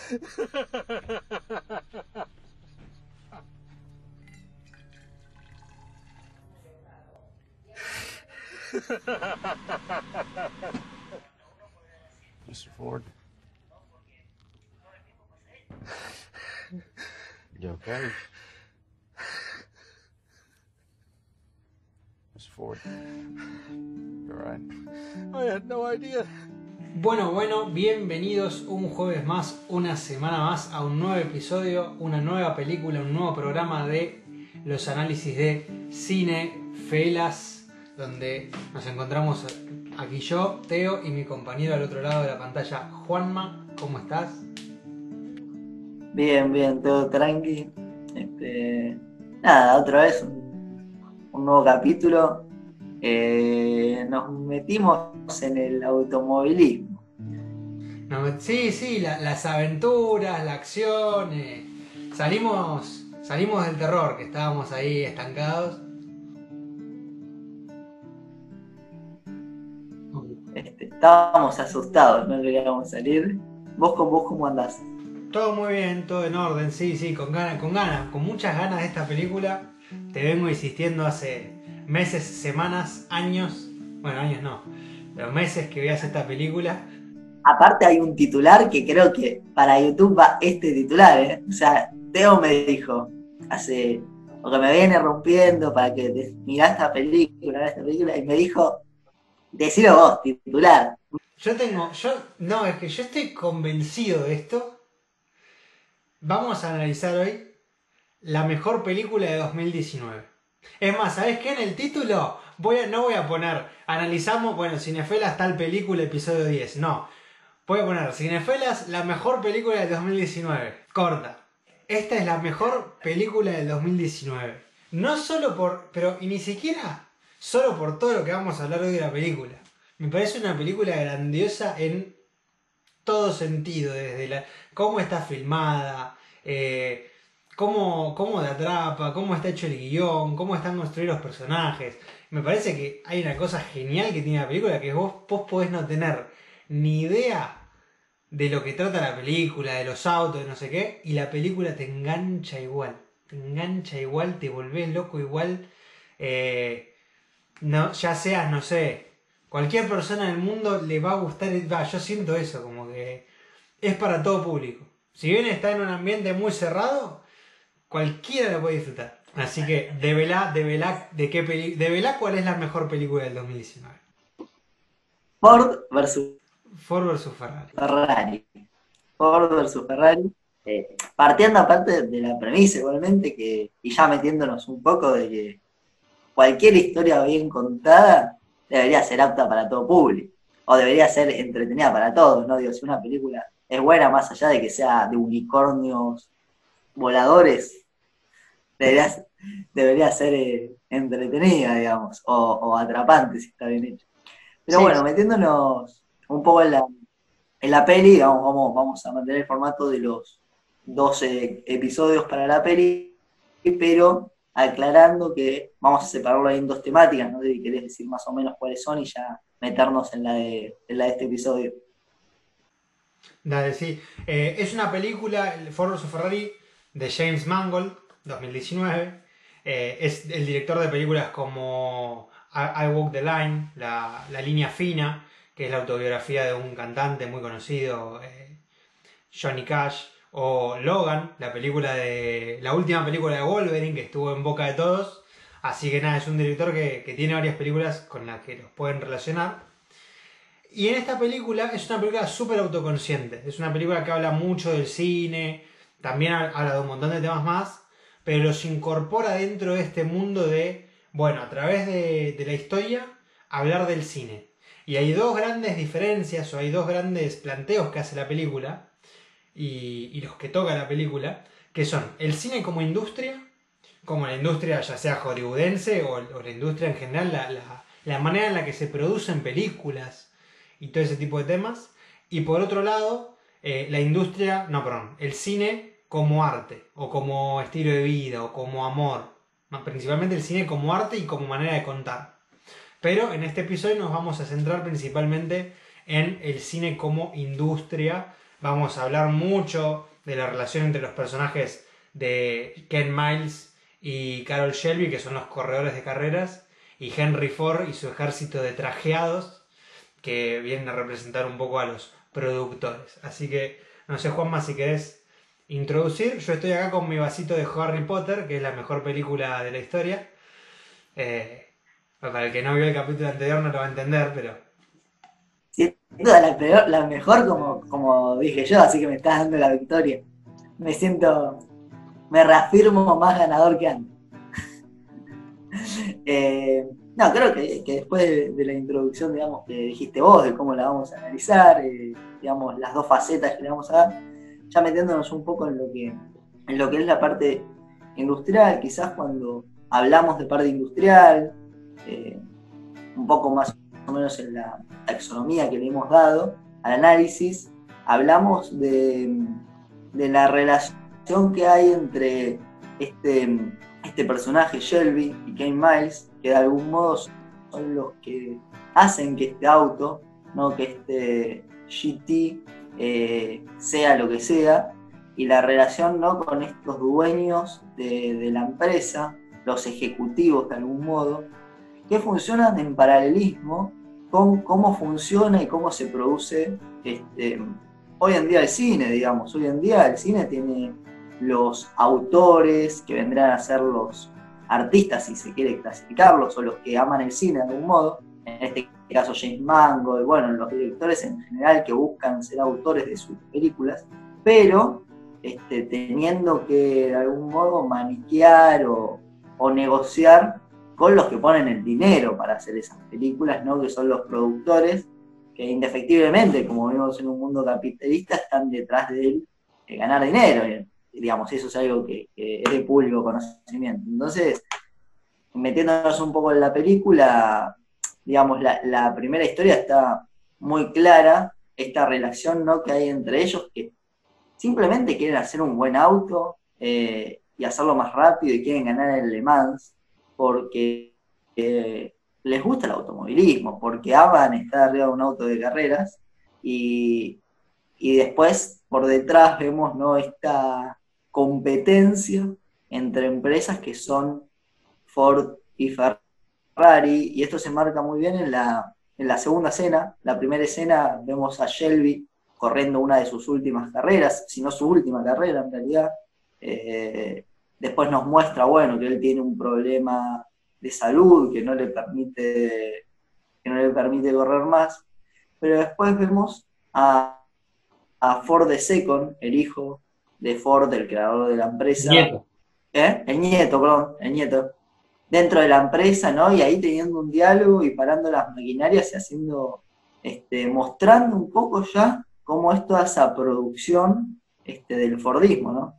Mr. Ford. You okay? Mr. Ford. You all right? I had no idea. Bueno, bienvenidos un jueves más, una semana más a un nuevo episodio, una nueva película, un nuevo programa de los análisis de cine, Felas, donde nos encontramos aquí yo, Teo, y mi compañero al otro lado de la pantalla, Juanma. ¿Cómo estás? Bien, todo tranqui. Nada, otra vez un nuevo capítulo. Nos metimos en el automovilismo. Sí, las aventuras, la acción. Salimos del terror, que estábamos ahí estancados. Estábamos asustados, no queríamos salir. ¿Vos cómo andás? Todo muy bien, todo en orden, sí, con muchas ganas de esta película. Te vengo insistiendo hace meses, semanas, años. Bueno, años no, pero meses que veas esta película. Aparte hay un titular que creo que para YouTube va este titular, ¿eh? O sea, Teo me dijo o que me viene rompiendo para que mirá esta película, y me dijo, decilo vos, titular. Es que yo estoy convencido de esto. Vamos a analizar hoy la mejor película de 2019. Es más, ¿sabés qué? En el título no voy a poner analizamos, Cinefelas tal película, episodio 10. No, voy a poner Cinefelas, la mejor película del 2019. Corta. Esta es la mejor película del 2019. No solo y ni siquiera solo por todo lo que vamos a hablar hoy de la película. Me parece una película grandiosa en todo sentido, desde cómo está filmada, cómo te atrapa, cómo está hecho el guión, cómo están construidos los personajes. Me parece que hay una cosa genial que tiene la película, que vos podés no tener ni idea de lo que trata la película, de los autos, de no sé qué, y la película te engancha igual, te volvés loco igual. No, ya seas, no sé, cualquier persona del mundo le va a gustar. Yo siento eso, como que es para todo público. Si bien está en un ambiente muy cerrado, cualquiera lo puede disfrutar. Así que develá cuál es la mejor película del 2019. Ford versus Ferrari. Ford versus Ferrari. Partiendo aparte de la premisa igualmente, y ya metiéndonos un poco de que cualquier historia bien contada debería ser apta para todo público, o debería ser entretenida para todos, ¿no? Digo, si una película es buena, más allá de que sea de unicornios voladores, debería ser entretenida, digamos, o atrapante si está bien hecho. Pero Sí. Bueno, metiéndonos un poco en la peli, digamos, vamos a mantener el formato de los 12 episodios para la peli, pero aclarando que vamos a separarlo ahí en dos temáticas, no sé si querés decir más o menos cuáles son y ya meternos en la de este episodio. Dale, sí. Es una película, Ford vs Ferrari, de James Mangold, 2019. Es el director de películas como I Walk the Line, la línea fina, que es la autobiografía de un cantante muy conocido, Johnny Cash, o Logan, la última película de Wolverine, que estuvo en boca de todos. Así que nada, es un director que tiene varias películas con las que los pueden relacionar. Y en esta película es una película súper autoconsciente. Es una película que habla mucho del cine, también habla de un montón de temas más, pero los incorpora dentro de este mundo de, a través de la historia, hablar del cine. Y hay dos grandes diferencias, o hay dos grandes planteos que hace la película, y los que toca la película, que son el cine como industria, como la industria ya sea hollywoodense o la industria en general, la manera en la que se producen películas y todo ese tipo de temas. Y por otro lado, el cine como arte, o como estilo de vida, o como amor. Principalmente el cine como arte y como manera de contar. Pero en este episodio nos vamos a centrar principalmente en el cine como industria, Vamos a hablar mucho de la relación entre los personajes de Ken Miles y Carol Shelby, que son los corredores de carreras, y Henry Ford y su ejército de trajeados, que vienen a representar un poco a los productores. Así que, no sé, Juanma, si querés introducir. Yo estoy acá con mi vasito de Harry Potter, que es la mejor película de la historia. Para el que no vio el capítulo anterior no lo va a entender, pero... Sin duda la mejor como dije yo, así que me estás dando la victoria. Me reafirmo más ganador que antes. No, creo que después de la introducción, digamos, que dijiste vos, de cómo la vamos a analizar, digamos, las dos facetas que le vamos a dar, ya metiéndonos un poco en lo que es la parte industrial, quizás cuando hablamos de parte industrial, un poco más o menos en la taxonomía que le hemos dado al análisis, hablamos de la relación que hay entre este personaje Shelby y Kane Miles, que de algún modo son los que hacen que este auto, ¿no? Que este GT sea lo que sea, y la relación, ¿no? Con estos dueños de la empresa, los ejecutivos de algún modo, que funcionan en paralelismo con cómo funciona y cómo se produce hoy en día el cine, digamos. Hoy en día el cine tiene los autores, que vendrán a ser los artistas, si se quiere clasificarlos, o los que aman el cine de algún modo, en este caso James Mangold, bueno, los directores en general que buscan ser autores de sus películas, pero teniendo que de algún modo maniquear o negociar con los que ponen el dinero para hacer esas películas, ¿no? Que son los productores, que indefectiblemente, como vivimos en un mundo capitalista, están detrás de él de ganar dinero. Digamos, eso es algo que es de público conocimiento. Entonces, metiéndonos un poco en la película, digamos, la primera historia está muy clara, esta relación, ¿no? Que hay entre ellos, que simplemente quieren hacer un buen auto y hacerlo más rápido y quieren ganar el Le Mans porque les gusta el automovilismo, porque aman estar arriba de un auto de carreras y después por detrás vemos, ¿no? Esta competencia entre empresas que son Ford y Ferrari, y esto se marca muy bien en la segunda escena. La primera escena vemos a Shelby corriendo una de sus últimas carreras, si no su última carrera en realidad. Después nos muestra, bueno, que él tiene un problema de salud que no le permite correr más, pero después vemos a Ford II, el hijo de Ford, el creador de la empresa. Nieto. El nieto, perdón, el nieto. Dentro de la empresa, ¿no? Y ahí teniendo un diálogo y parando las maquinarias y haciendo, mostrando un poco ya cómo es toda esa producción del Fordismo, ¿no?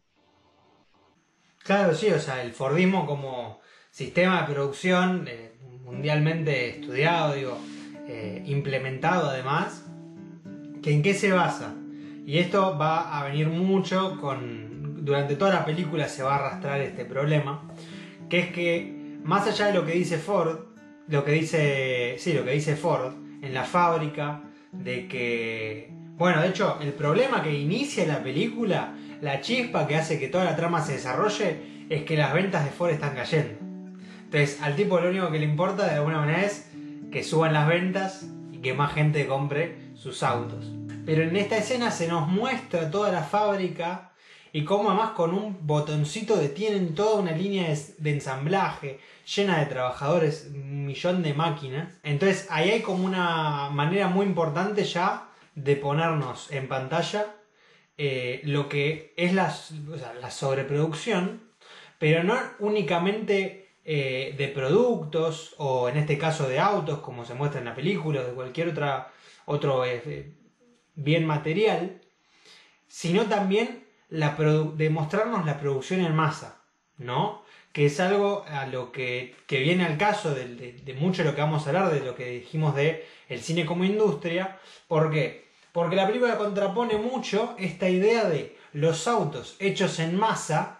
Claro, sí, o sea, el Fordismo como sistema de producción mundialmente estudiado, digo, implementado además, que en qué se basa. Y esto va a venir mucho durante toda la película se va a arrastrar este problema, que es que más allá de lo que dice Ford, lo que dice Ford en la fábrica, de que, bueno, de hecho, el problema que inicia la película, la chispa que hace que toda la trama se desarrolle, es que las ventas de Ford están cayendo. Entonces, al tipo lo único que le importa de alguna manera es que suban las ventas y que más gente compre sus autos. Pero en esta escena se nos muestra toda la fábrica y cómo además con un botoncito detienen toda una línea de ensamblaje llena de trabajadores, 1.000.000 de máquinas. Entonces ahí hay como una manera muy importante ya de ponernos en pantalla lo que es la sobreproducción, pero no únicamente de productos o en este caso de autos como se muestra en la película o de cualquier otro bien material, sino también de mostrarnos la producción en masa, ¿no? Que es algo a lo que viene al caso de mucho de lo que vamos a hablar, de lo que dijimos de el cine como industria. ¿Por qué? Porque la película contrapone mucho esta idea de los autos hechos en masa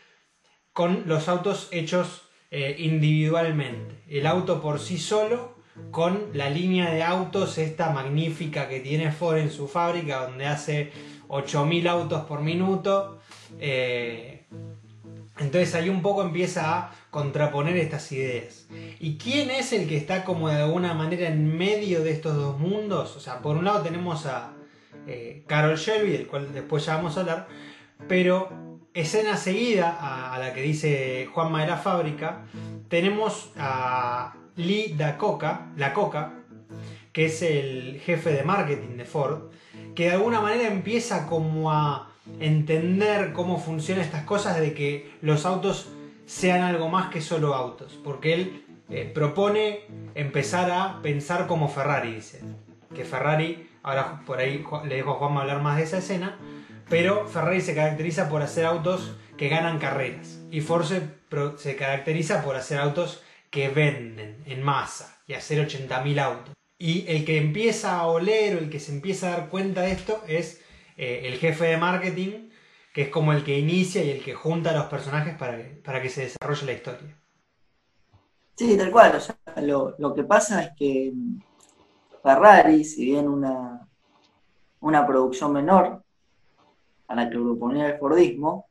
con los autos hechos individualmente. El auto por sí solo con la línea de autos esta magnífica que tiene Ford en su fábrica, donde hace 8.000 autos por minuto. Entonces ahí un poco empieza a contraponer estas ideas. ¿Y quién es el que está como de alguna manera en medio de estos dos mundos? O sea, por un lado tenemos a Carroll Shelby, del cual después ya vamos a hablar, pero escena seguida a la que dice Juanma de la fábrica, tenemos a Lee La Coca, que es el jefe de marketing de Ford, que de alguna manera empieza como a entender cómo funcionan estas cosas de que los autos sean algo más que solo autos, porque él propone empezar a pensar como Ferrari, dice que Ferrari, ahora por ahí le dejo a Juanma hablar más de esa escena, pero Ferrari se caracteriza por hacer autos que ganan carreras y Ford se caracteriza por hacer autos que venden en masa y hacer 80.000 autos. Y el que empieza a oler o el que se empieza a dar cuenta de esto es el jefe de marketing, que es como el que inicia y el que junta a los personajes para que se desarrolle la historia. Sí, tal cual. O sea, lo que pasa es que Ferrari, si bien una producción menor a la que proponía el Fordismo,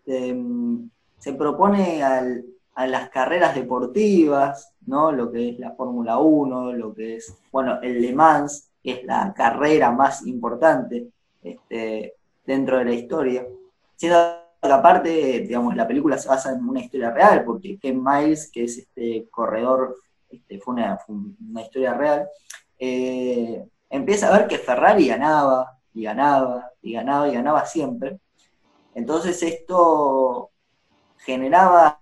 se propone a las carreras deportivas, ¿no? Lo que es la Fórmula 1, lo que es, bueno, el Le Mans, que es la carrera más importante dentro de la historia. Siendo que aparte, digamos, la película se basa en una historia real, porque Ken Miles, que es este corredor, fue una historia real, empieza a ver que Ferrari ganaba, y ganaba, y ganaba, y ganaba siempre. Entonces esto generaba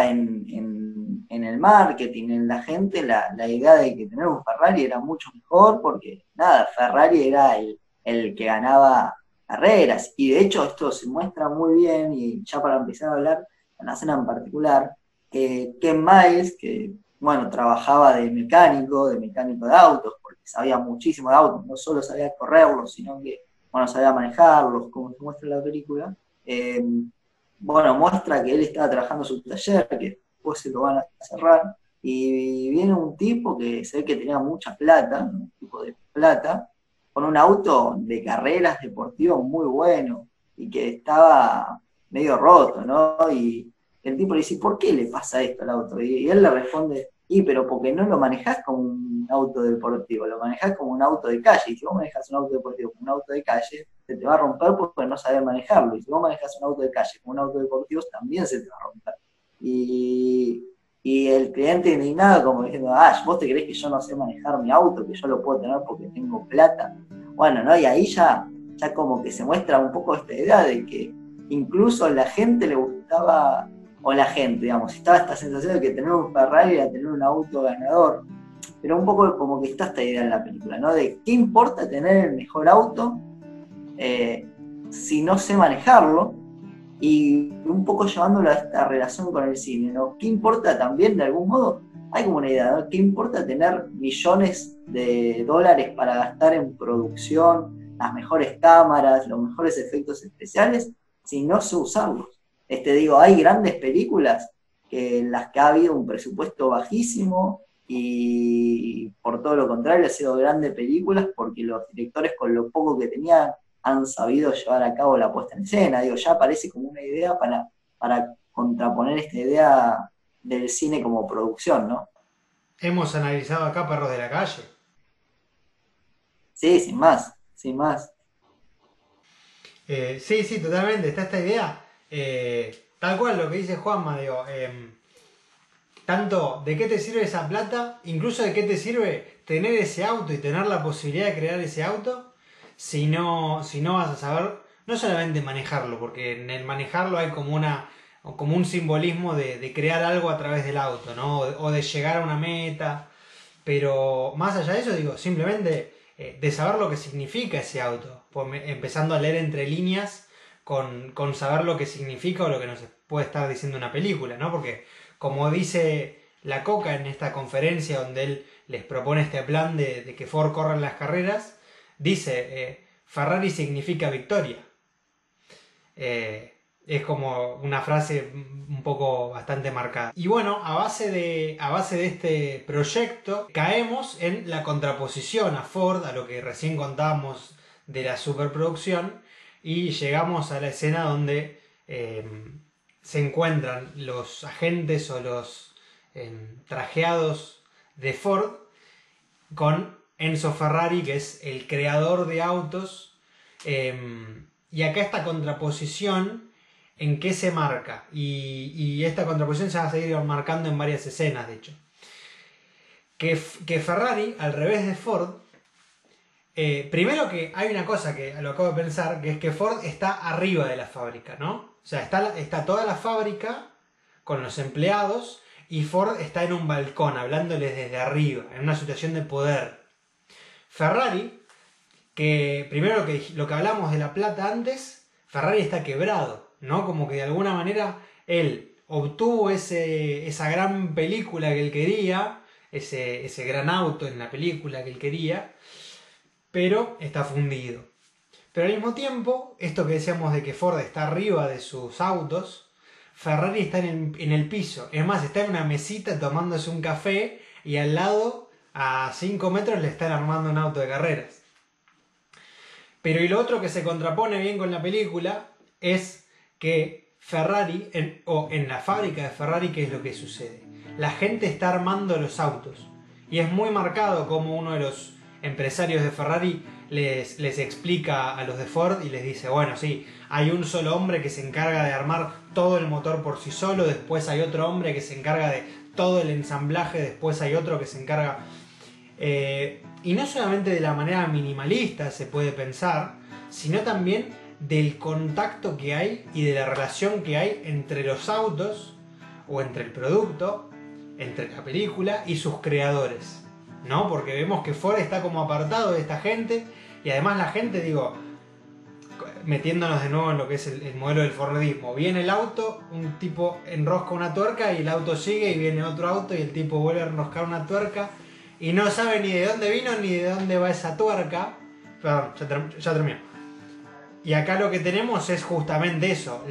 en el marketing, en la gente, la idea de que tener un Ferrari era mucho mejor, porque nada, Ferrari era el que ganaba carreras, y de hecho esto se muestra muy bien, y ya para empezar a hablar, en la escena en particular, que Ken Miles, que bueno, trabajaba de mecánico de autos, porque sabía muchísimo de autos, no solo sabía correrlos, sino que, bueno, sabía manejarlos, como se muestra en la película. Bueno, muestra que él estaba trabajando en su taller, que después se lo van a cerrar, y viene un tipo que se ve que tenía mucha plata, un tipo de plata, con un auto de carreras deportivo muy bueno, y que estaba medio roto, ¿no? Y el tipo le dice, ¿por qué le pasa esto al auto? Y él le responde, pero porque no lo manejás como un auto deportivo, lo manejás como un auto de calle, y si vos manejás un auto deportivo como un auto de calle, se te va a romper porque no sabés manejarlo, y si vos manejás un auto de calle como un auto deportivo, también se te va a romper. Y el cliente indignado como diciendo, vos te creés que yo no sé manejar mi auto, que yo lo puedo tener porque tengo plata. Bueno, ¿no? Y ahí ya como que se muestra un poco esta idea de que incluso a la gente le gustaba, o la gente, digamos, estaba esta sensación de que tener un Ferrari era tener un auto ganador, pero un poco como que está esta idea en la película, ¿no? De qué importa tener el mejor auto si no sé manejarlo, y un poco llevándolo a esta relación con el cine, ¿no? ¿Qué importa también, de algún modo? Hay como una idea, ¿no? ¿Qué importa tener millones de dólares para gastar en producción, las mejores cámaras, los mejores efectos especiales, si no sé usarlos? Digo, hay grandes películas en las que ha habido un presupuesto bajísimo y por todo lo contrario han sido grandes películas porque los directores con lo poco que tenían han sabido llevar a cabo la puesta en escena. Digo, ya parece como una idea para contraponer esta idea del cine como producción, ¿no? Hemos analizado acá Perros de la Calle. Sí, sin más, sin más. Sí, totalmente. Está esta idea. Tal cual lo que dice Juanma, digo. Tanto de qué te sirve esa plata, incluso de qué te sirve tener ese auto y tener la posibilidad de crear ese auto, si no vas a saber, no solamente manejarlo, porque en el manejarlo hay como un simbolismo de crear algo a través del auto, ¿no? O de llegar a una meta. Pero más allá de eso, digo, simplemente de saber lo que significa ese auto, empezando a leer entre líneas con saber lo que significa o lo que nos puede estar diciendo una película, ¿no? Porque como dice La Coca en esta conferencia donde él les propone este plan de que Ford corra en las carreras, dice, Ferrari significa victoria. Es como una frase un poco bastante marcada. Y bueno, a base de este proyecto, caemos en la contraposición a Ford, a lo que recién contábamos de la superproducción, y llegamos a la escena donde se encuentran los agentes o los trajeados de Ford con Enzo Ferrari, que es el creador de autos. Y acá esta contraposición, ¿en qué se marca? Y esta contraposición se va a seguir marcando en varias escenas, de hecho. Que Ferrari, al revés de Ford, primero que hay una cosa que lo acabo de pensar, que es que Ford está arriba de la fábrica, ¿no? O sea, está toda la fábrica con los empleados y Ford está en un balcón hablándoles desde arriba, en una situación de poder. Ferrari, que primero lo que hablamos de La Plata antes, Ferrari está quebrado, ¿no? Como que de alguna manera él obtuvo esa gran película que él quería, ese gran auto en la película que él quería, pero está fundido. Pero al mismo tiempo, esto que decíamos de que Ford está arriba de sus autos, Ferrari está en el piso. Es más, está en una mesita tomándose un café y al lado, a 5 metros, le están armando un auto de carreras. Pero y lo otro que se contrapone bien con la película es que Ferrari, en la fábrica de Ferrari, ¿qué es lo que sucede? La gente está armando los autos. Y es muy marcado como uno de los empresarios de Ferrari les explica a los de Ford y les dice, bueno, sí, hay un solo hombre que se encarga de armar todo el motor por sí solo, después hay otro hombre que se encarga de todo el ensamblaje, después hay otro que se encarga... y no solamente de la manera minimalista se puede pensar, sino también del contacto que hay y de la relación que hay entre los autos o entre el producto, entre la película y sus creadores, ¿no? Porque vemos que Ford está como apartado de esta gente y además la gente, digo, metiéndonos de nuevo en lo que es el modelo del Fordismo, viene el auto, un tipo enrosca una tuerca y el auto sigue y viene otro auto y el tipo vuelve a enroscar una tuerca y no sabe ni de dónde vino ni de dónde va esa tuerca. Perdón, ya termino. Y acá lo que tenemos es justamente eso,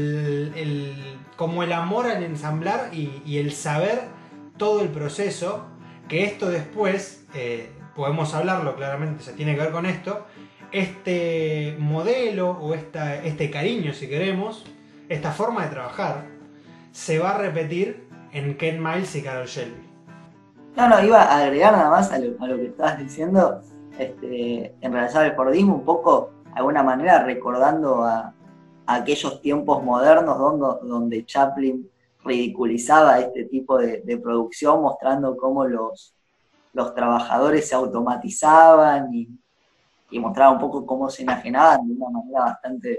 como el amor al ensamblar y el saber todo el proceso, que esto después, podemos hablarlo claramente, se tiene que ver con esto, este modelo o este cariño, si queremos, esta forma de trabajar, se va a repetir en Ken Miles y Carroll Shelby. No, iba a agregar nada más a lo que estabas diciendo, en relación al Fordismo, un poco, de alguna manera, recordando a aquellos tiempos modernos donde Chaplin ridiculizaba este tipo de producción, mostrando cómo los trabajadores se automatizaban y mostraba un poco cómo se enajenaban de una manera bastante,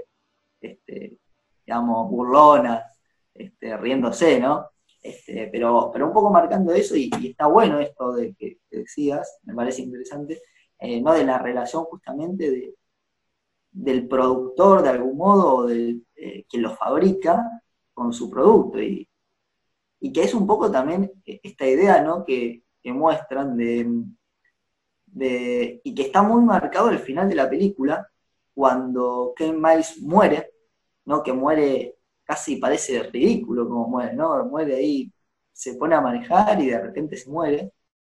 digamos, burlona, riéndose, ¿no? Pero un poco marcando eso, y está bueno esto de que decías, me parece interesante, ¿no? De la relación justamente del productor, de algún modo, o del que lo fabrica con su producto, y que es un poco también esta idea, ¿no? que muestran y que está muy marcado al final de la película, cuando Ken Miles muere, ¿no? Que muere, casi parece ridículo como muere, ¿no? Muere ahí, se pone a manejar y de repente se muere.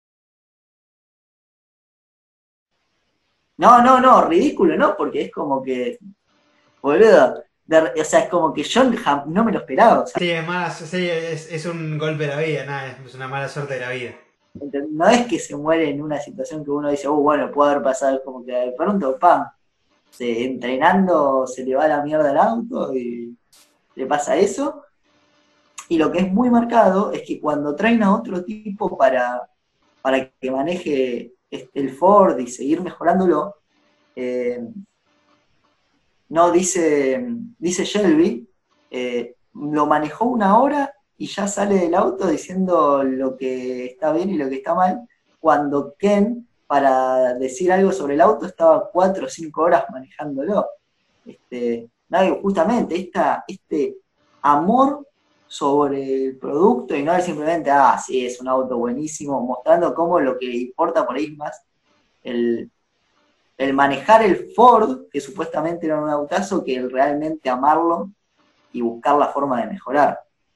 No, ridículo, ¿no? Porque es como que, boludo, o sea, es como que yo no me lo esperaba. O sea, Sí, es un golpe de la vida, nada, es una mala suerte de la vida. no es que se muere en una situación que uno dice, bueno, puede haber pasado, como que de pronto, ¡pam! Entrenando se le va la mierda al auto y le pasa eso. Y lo que es muy marcado es que cuando traen a otro tipo para que maneje el Ford y seguir mejorándolo, no, dice Shelby, lo manejó 1 hora y ya sale del auto diciendo lo que está bien y lo que está mal, cuando Ken, para decir algo sobre el auto, estaba 4 o 5 horas manejándolo. Justamente este amor sobre el producto y no es simplemente, sí, es un auto buenísimo, mostrando cómo lo que importa por ahí es más el manejar el Ford, que supuestamente era un autazo, que el realmente amarlo y buscar la forma de mejorar.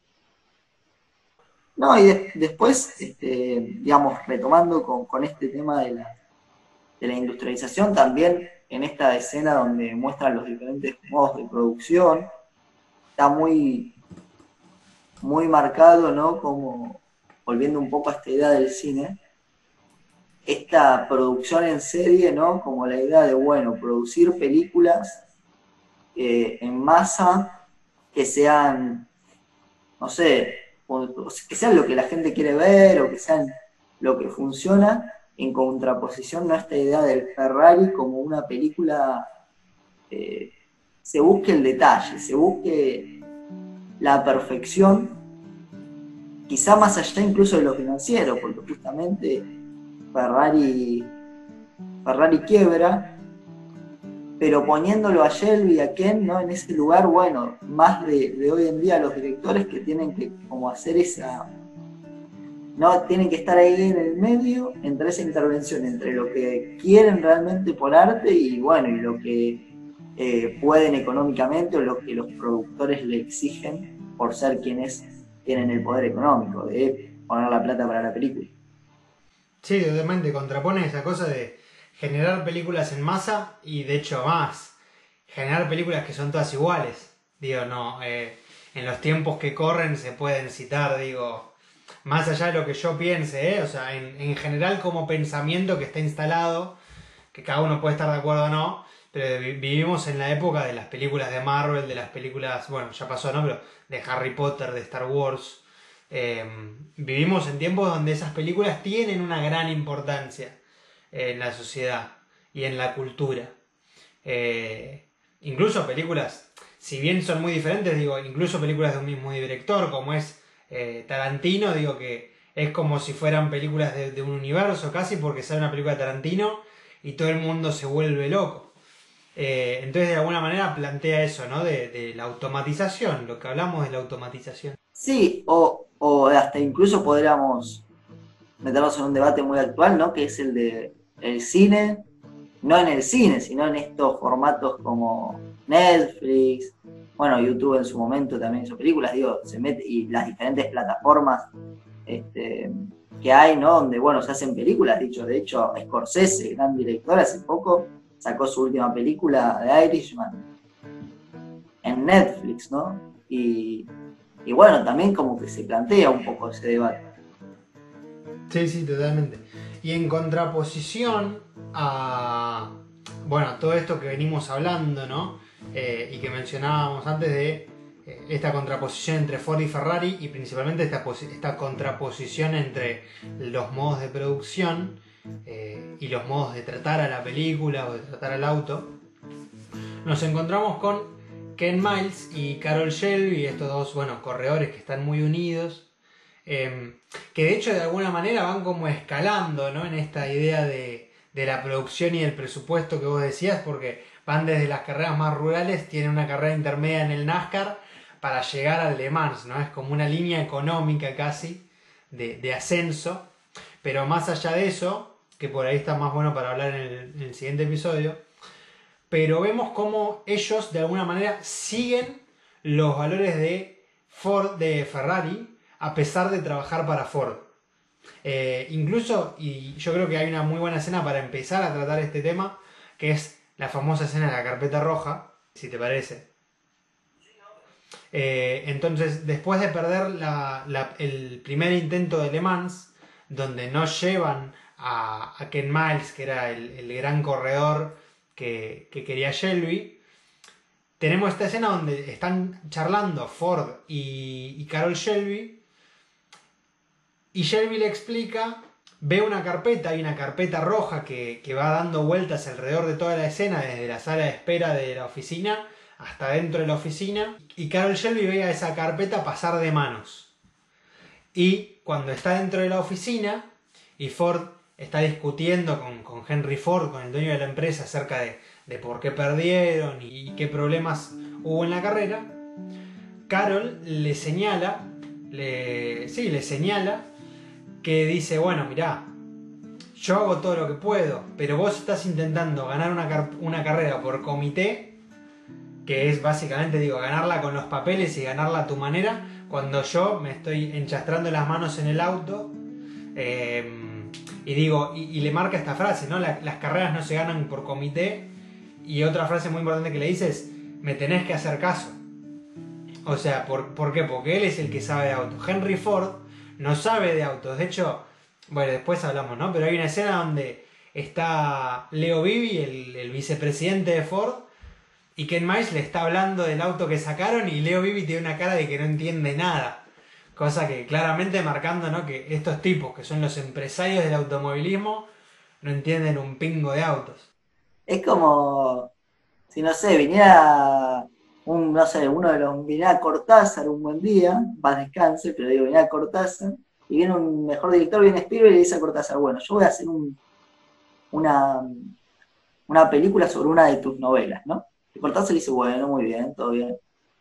No, y después, digamos, retomando con este tema de la industrialización, también en esta escena donde muestran los diferentes modos de producción, está muy, muy marcado, ¿no? Como, volviendo un poco a esta idea del cine, esta producción en serie, ¿no? Como la idea de, bueno, producir películas en masa que sean, no sé, que sean lo que la gente quiere ver o que sean lo que funciona, en contraposición a esta idea del Ferrari como una película, se busque el detalle, se busque la perfección, quizá más allá incluso de lo financiero, porque justamente Ferrari quiebra, pero poniéndolo a Shelby y a Ken, ¿no? En ese lugar, bueno, más de hoy en día los directores que tienen que como hacer esa, ¿no? Tienen que estar ahí en el medio, entre esa intervención, entre lo que quieren realmente por arte y bueno, y lo que pueden económicamente o lo que los productores le exigen por ser quienes tienen el poder económico de poner la plata para la película. Sí, totalmente, contrapone esa cosa de generar películas en masa y de hecho más, generar películas que son todas iguales. Digo, no, en los tiempos que corren se pueden citar, digo, más allá de lo que yo piense, o sea, en general como pensamiento que está instalado, que cada uno puede estar de acuerdo o no, pero vivimos en la época de las películas de Marvel, de las películas, bueno, ya pasó, ¿no? Pero de Harry Potter, de Star Wars. Vivimos en tiempos donde esas películas tienen una gran importancia en la sociedad y en la cultura. Incluso películas, si bien son muy diferentes, digo, incluso películas de un mismo director, como es Tarantino, digo que es como si fueran películas de un universo casi, porque sale una película de Tarantino y todo el mundo se vuelve loco. Entonces de alguna manera plantea eso, ¿no? De la automatización, lo que hablamos de la automatización. Sí, o hasta incluso podríamos meternos en un debate muy actual, ¿no? Que es el de el cine, no en el cine, sino en estos formatos como Netflix, bueno, YouTube en su momento también hizo películas, digo, se mete, y las diferentes plataformas que hay, ¿no? Donde, bueno, se hacen películas, de hecho, Scorsese, gran director, hace poco sacó su última película de Irishman en Netflix, ¿no? Y bueno, también como que se plantea un poco ese debate. Sí, sí, totalmente. Y en contraposición a, bueno, todo esto que venimos hablando, ¿no? Y que mencionábamos antes de esta contraposición entre Ford y Ferrari y principalmente esta contraposición entre los modos de producción y los modos de tratar a la película o de tratar al auto, nos encontramos con Ken Miles y Carroll Shelby, estos dos, bueno, corredores que están muy unidos. Que de hecho de alguna manera van como escalando, ¿no? En esta idea de la producción y el presupuesto que vos decías, porque van desde las carreras más rurales, tienen una carrera intermedia en el NASCAR para llegar al Le Mans, ¿no? Es como una línea económica casi de ascenso, pero más allá de eso, que por ahí está más bueno para hablar en el siguiente episodio, pero vemos cómo ellos de alguna manera siguen los valores de Ford, de Ferrari, a pesar de trabajar para Ford. Incluso, y yo creo que hay una muy buena escena para empezar a tratar este tema, que es la famosa escena de la carpeta roja, si te parece. Entonces, después de perder el primer intento de Le Mans, donde no llevan a Ken Miles, que era el gran corredor que quería Shelby, tenemos esta escena donde están charlando Ford y Carroll Shelby, y Shelby le explica, ve una carpeta, hay una carpeta roja que va dando vueltas alrededor de toda la escena, desde la sala de espera de la oficina hasta dentro de la oficina, y Carroll Shelby ve a esa carpeta pasar de manos. Y cuando está dentro de la oficina y Ford está discutiendo con Henry Ford, con el dueño de la empresa, acerca de por qué perdieron y qué problemas hubo en la carrera, Carroll le señala que dice, bueno, mirá, yo hago todo lo que puedo, pero vos estás intentando ganar una carrera por comité que es básicamente, digo, ganarla con los papeles y ganarla a tu manera, cuando yo me estoy enchastrando las manos en el auto, y digo, y le marca esta frase, ¿no? Las carreras no se ganan por comité, y otra frase muy importante que le dice es, me tenés que hacer caso. O sea, ¿por qué? Porque él es el que sabe de autos. Henry Ford no sabe de autos. De hecho, bueno, después hablamos, ¿no? Pero hay una escena donde está Leo Vivi, el vicepresidente de Ford, y Ken Miles le está hablando del auto que sacaron y Leo Vivi tiene una cara de que no entiende nada. Cosa que claramente marcando, ¿no? Que estos tipos, que son los empresarios del automovilismo, no entienden un pingo de autos. Es como si, no sé, viniera no sé, viniera Cortázar un buen día, paz descanse, pero digo, viniera Cortázar, y viene un mejor director, viene Spielberg y le dice a Cortázar, bueno, yo voy a hacer una, una película sobre una de tus novelas, ¿no? Y Cortázar le dice, bueno, muy bien, todo bien.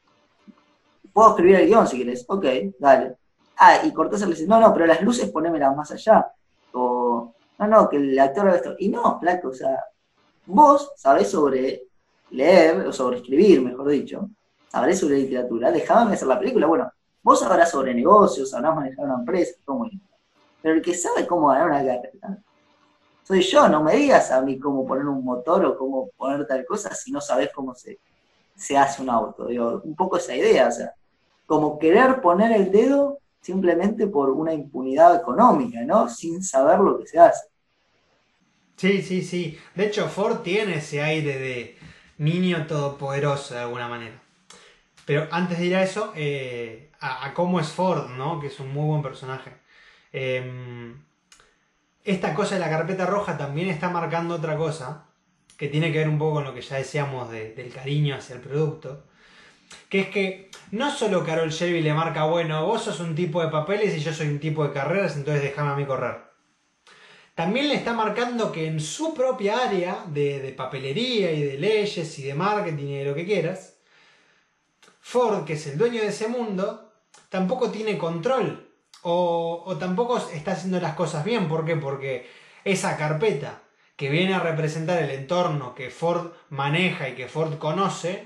Puedo escribir el guión si querés, ok, dale. Ah, y Cortázar le dice, no, no, pero las luces ponémelas más allá. O, no, no, que el actor haga esto. Y no, flaco, o sea, vos sabés sobre leer, o sobre escribir, mejor dicho, sabrés sobre literatura, dejame hacer la película. Bueno, vos sabrás sobre negocios, sabrás manejar una empresa, todo muy bien. Pero el que sabe cómo ganar una carrera soy yo, no me digas a mí cómo poner un motor o cómo poner tal cosa si no sabés cómo se hace un auto. Digo, un poco esa idea, o sea, como querer poner el dedo simplemente por una impunidad económica, ¿no? Sin saber lo que se hace. Sí, sí, sí. De hecho, Ford tiene ese aire de niño todopoderoso de alguna manera. Pero antes de ir a eso, a cómo es Ford, ¿no? Que es un muy buen personaje. Eh, Esta cosa de la carpeta roja también está marcando otra cosa, que tiene que ver un poco con lo que ya decíamos del cariño hacia el producto, que es que no solo Carol Shelby le marca, bueno, vos sos un tipo de papeles y yo soy un tipo de carreras, entonces déjame a mí correr. También le está marcando que en su propia área de papelería y de leyes y de marketing y de lo que quieras, Ford, que es el dueño de ese mundo, tampoco tiene control o tampoco está haciendo las cosas bien. ¿Por qué? Porque esa carpeta que viene a representar el entorno que Ford maneja y que Ford conoce,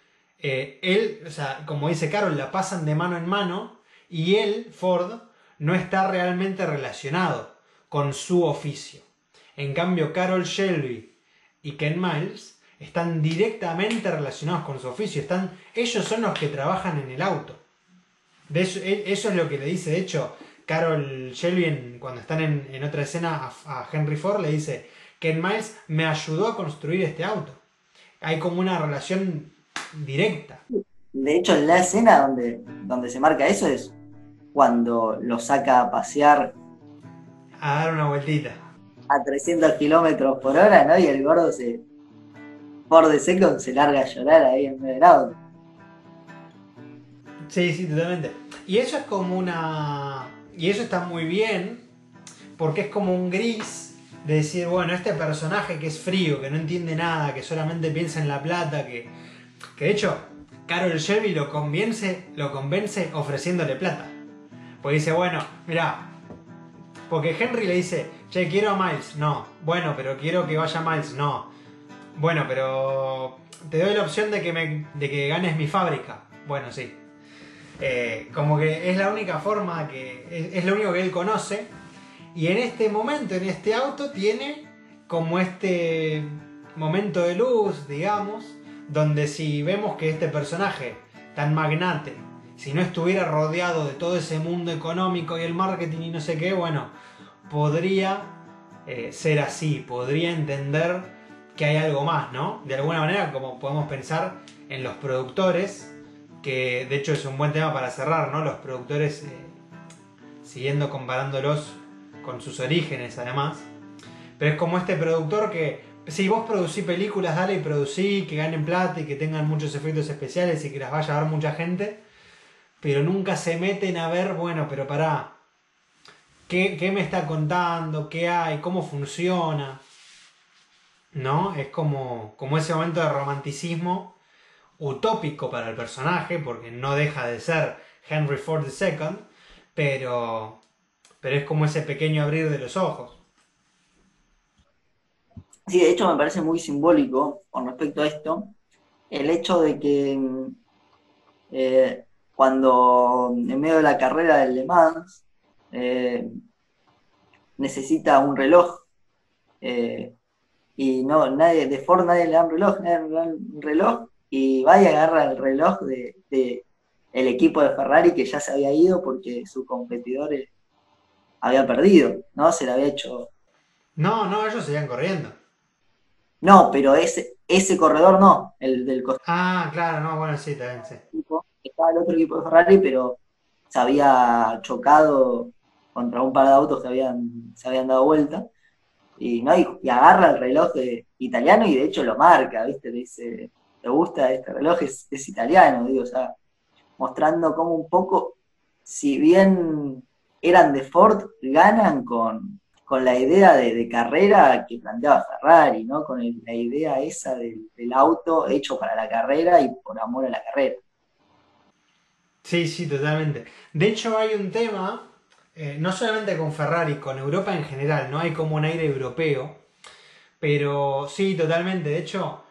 él, o sea, como dice Carol, la pasan de mano en mano y él, Ford, no está realmente relacionado con su oficio. En cambio, Carol Shelby y Ken Miles están directamente relacionados con su oficio. Ellos son los que trabajan en el auto. Eso es lo que le dice, de hecho, Carol Shelby cuando están en otra escena a Henry Ford le dice, Ken Miles me ayudó a construir este auto. Hay como una relación directa. De hecho, en la escena donde se marca eso es cuando lo saca a pasear A dar una vueltita. a 300 kilómetros por hora, ¿no? Y el gordo por de seco, se larga a llorar ahí en medio del auto. Sí, sí, totalmente. Y eso es como y eso está muy bien, porque es como un gris de decir, bueno, este personaje que es frío, que no entiende nada, que solamente piensa en la plata, que de hecho, Carol Shelby lo convence ofreciéndole plata. Pues dice, bueno, mira, porque Henry le dice, che, quiero a Miles. No. Bueno, pero quiero que vaya Miles. No. Bueno, pero te doy la opción de que ganes mi fábrica. Bueno, sí. Como que es la única forma es lo único que él conoce. Y en este momento, en este auto, tiene como este momento de luz, digamos, donde si vemos que este personaje tan magnate, si no estuviera rodeado de todo ese mundo económico y el marketing y no sé qué, bueno, podría ser así, podría entender que hay algo más, ¿no? De alguna manera, como podemos pensar en los productores, que de hecho es un buen tema para cerrar, ¿no? Los productores, siguiendo comparándolos con sus orígenes además, pero es como este productor que, si vos producís películas, dale y producí, que ganen plata y que tengan muchos efectos especiales y que las vaya a ver mucha gente, pero nunca se meten a ver, bueno, pero pará, ¿qué me está contando? ¿Qué hay? ¿Cómo funciona? ¿No? Es como ese momento de romanticismo utópico para el personaje, porque no deja de ser Henry Ford II, pero es como ese pequeño abrir de los ojos. Sí, de hecho me parece muy simbólico con respecto a esto, el hecho de que cuando en medio de la carrera del Le Mans eh, necesita un reloj eh, y no, nadie, de Ford nadie le da un reloj, nadie le da un reloj y va y agarra el reloj de el equipo de Ferrari que ya se había ido porque su competidor había perdido, ¿no? Se le había hecho. No, no, ellos seguían corriendo. No, pero ese corredor no, el del Ah, claro, no, bueno, sí, también, sí. equipo, estaba el otro equipo de Ferrari, pero se había chocado contra un par de autos que se habían dado vuelta, y, ¿no? Y agarra el reloj italiano y de hecho lo marca, ¿viste? Le dice, ¿te gusta este reloj? Es italiano, digo, o sea, mostrando como un poco, si bien eran de Ford, ganan con la idea de carrera que planteaba Ferrari, ¿no? Con la idea esa del auto hecho para la carrera y por amor a la carrera. Sí, sí, totalmente. De hecho, hay un tema, no solamente con Ferrari, con Europa en general, no hay como un aire europeo, pero sí, totalmente. De hecho,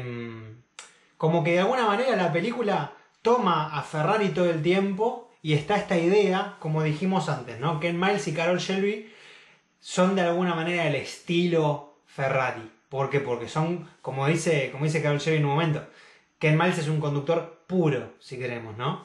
como que de alguna manera la película toma a Ferrari todo el tiempo y está esta idea, como dijimos antes, ¿no? Ken Miles y Carol Shelby son de alguna manera el estilo Ferrari. ¿Por qué? Porque son, como dice Carol Shelby en un momento, Ken Miles es un conductor puro, si queremos, ¿no?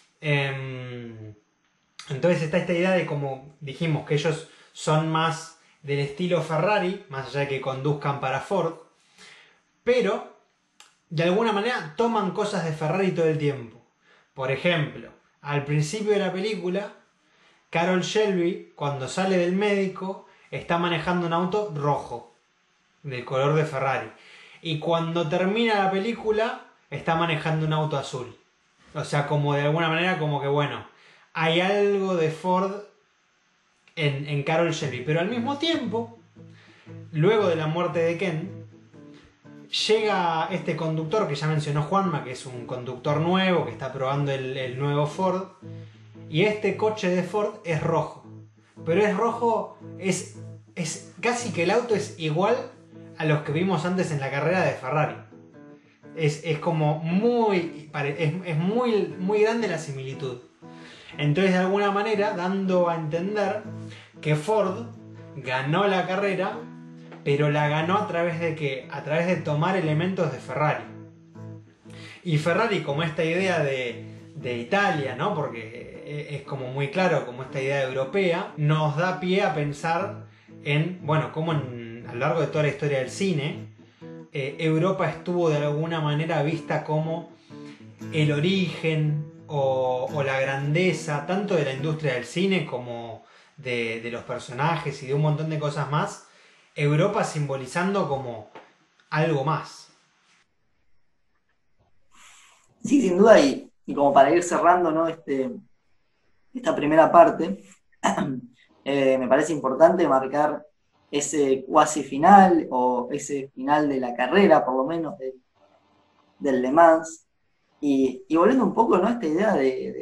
Eh, entonces está esta idea de, como dijimos, que ellos son más del estilo Ferrari, más allá de que conduzcan para Ford, pero de alguna manera toman cosas de Ferrari todo el tiempo. Por ejemplo, al principio de la película, Carol Shelby, cuando sale del médico, está manejando un auto rojo, del color de Ferrari. Y cuando termina la película, está manejando un auto azul. O sea, como de alguna manera, como que bueno, hay algo de Ford en Carol Shelby. Pero al mismo tiempo, luego de la muerte de Ken, llega este conductor que ya mencionó Juanma, que es un conductor nuevo, que está probando el nuevo Ford. Y este coche de Ford es rojo. Pero es rojo, es casi que el auto es igual a los que vimos antes en la carrera de Ferrari. Es como muy, es muy, muy grande la similitud. Entonces, de alguna manera, dando a entender que Ford ganó la carrera, pero la ganó a través de que, a través de tomar elementos de Ferrari. Y Ferrari, como esta idea de Italia, ¿no? Porque es como muy claro, como esta idea europea, nos da pie a pensar en, bueno, cómo a lo largo de toda la historia del cine, Europa estuvo de alguna manera vista como el origen o la grandeza, tanto de la industria del cine como de los personajes y de un montón de cosas más, Europa simbolizando como algo más. Sí, sin duda, y como para ir cerrando, ¿no? Esta primera parte, me parece importante marcar ese cuasi final o ese final de la carrera, por lo menos, del Le Mans. Y volviendo un poco, ¿no? Esta idea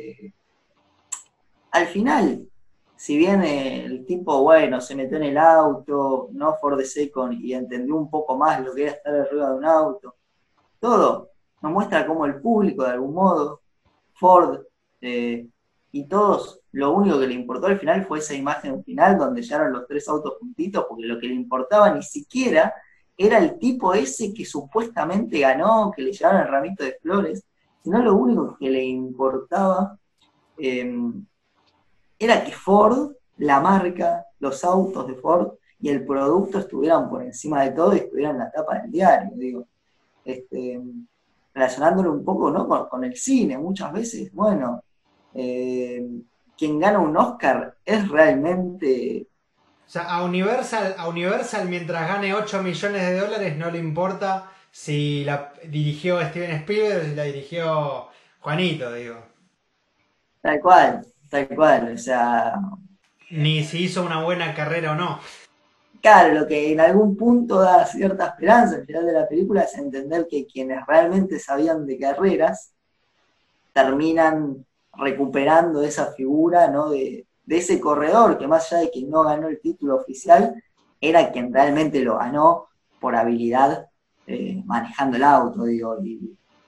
al final, si bien el tipo, bueno, se metió en el auto, no for the second, y entendió un poco más lo que era estar arriba de un auto, todo nos muestra cómo el público, de algún modo, Ford y todos, lo único que le importó al final fue esa imagen final donde llegaron los tres autos juntitos, porque lo que le importaba ni siquiera era el tipo ese que supuestamente ganó, que le llevaron el ramito de flores, sino lo único que le importaba eh, era que Ford, la marca, los autos de Ford y el producto estuvieran por encima de todo y estuvieran en la tapa del diario, digo. Este, relacionándolo un poco, ¿no? Con el cine, muchas veces, bueno, eh, quien gana un Oscar es realmente, O sea, a Universal mientras gane 8 millones de dólares no le importa si la dirigió Steven Spielberg o si la dirigió Juanito, digo. tal cual, o sea, Ni si hizo una buena carrera o no. claro, lo que en algún punto da cierta esperanza al final de la película es entender que quienes realmente sabían de carreras terminan recuperando esa figura, ¿no? De ese corredor que más allá de que no ganó el título oficial, era quien realmente lo ganó por habilidad manejando el auto, digo,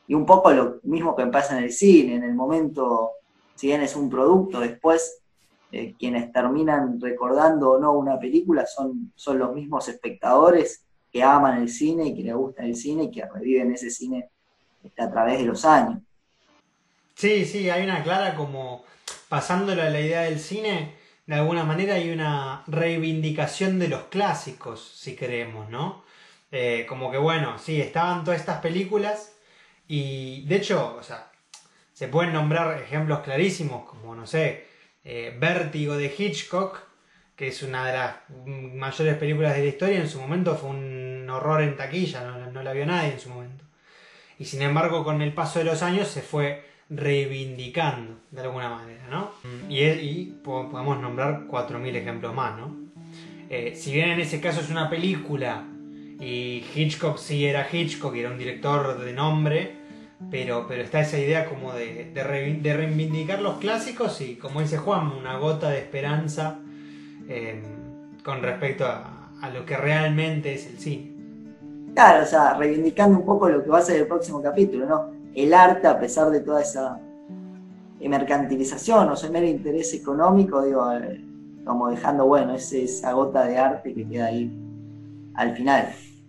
Y un poco lo mismo que pasa en el cine, en el momento, si bien es un producto, después quienes terminan recordando o no una película son los mismos espectadores que aman el cine y que les gusta el cine y que reviven ese cine a través de los años. Sí, sí, hay una clara como pasándolo a la idea del cine, de alguna manera hay una reivindicación de los clásicos, si queremos, ¿no? Como que bueno, sí, estaban todas estas películas y de hecho, o sea, se pueden nombrar ejemplos clarísimos como, no sé, Vértigo de Hitchcock, que es una de las mayores películas de la historia, en su momento fue un horror en taquilla, no la vio nadie en su momento. Y sin embargo, con el paso de los años se fue reivindicando de alguna manera, ¿no? Y podemos nombrar 4000 ejemplos más, ¿no? Si bien en ese caso es una película y Hitchcock sí era Hitchcock y era un director de nombre, pero está esa idea como de reivindicar los clásicos y, como dice Juan, una gota de esperanza con respecto a lo que realmente es el cine. Claro, o sea, reivindicando un poco lo que va a ser el próximo capítulo, ¿no? El arte, a pesar de toda esa mercantilización o ese mero interés económico, digo, como dejando, bueno, esa gota de arte que queda ahí al final.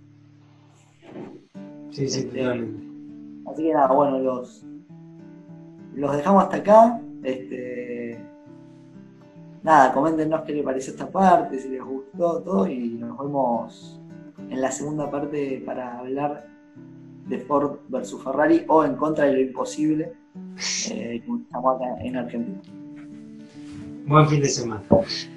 Sí, sí, totalmente. Así que nada, bueno, los dejamos hasta acá. Nada, coméntenos qué les pareció esta parte, si les gustó todo, y nos vemos en la segunda parte para hablar de Ford versus Ferrari o En contra de lo imposible, como estamos acá en Argentina. Buen fin de semana.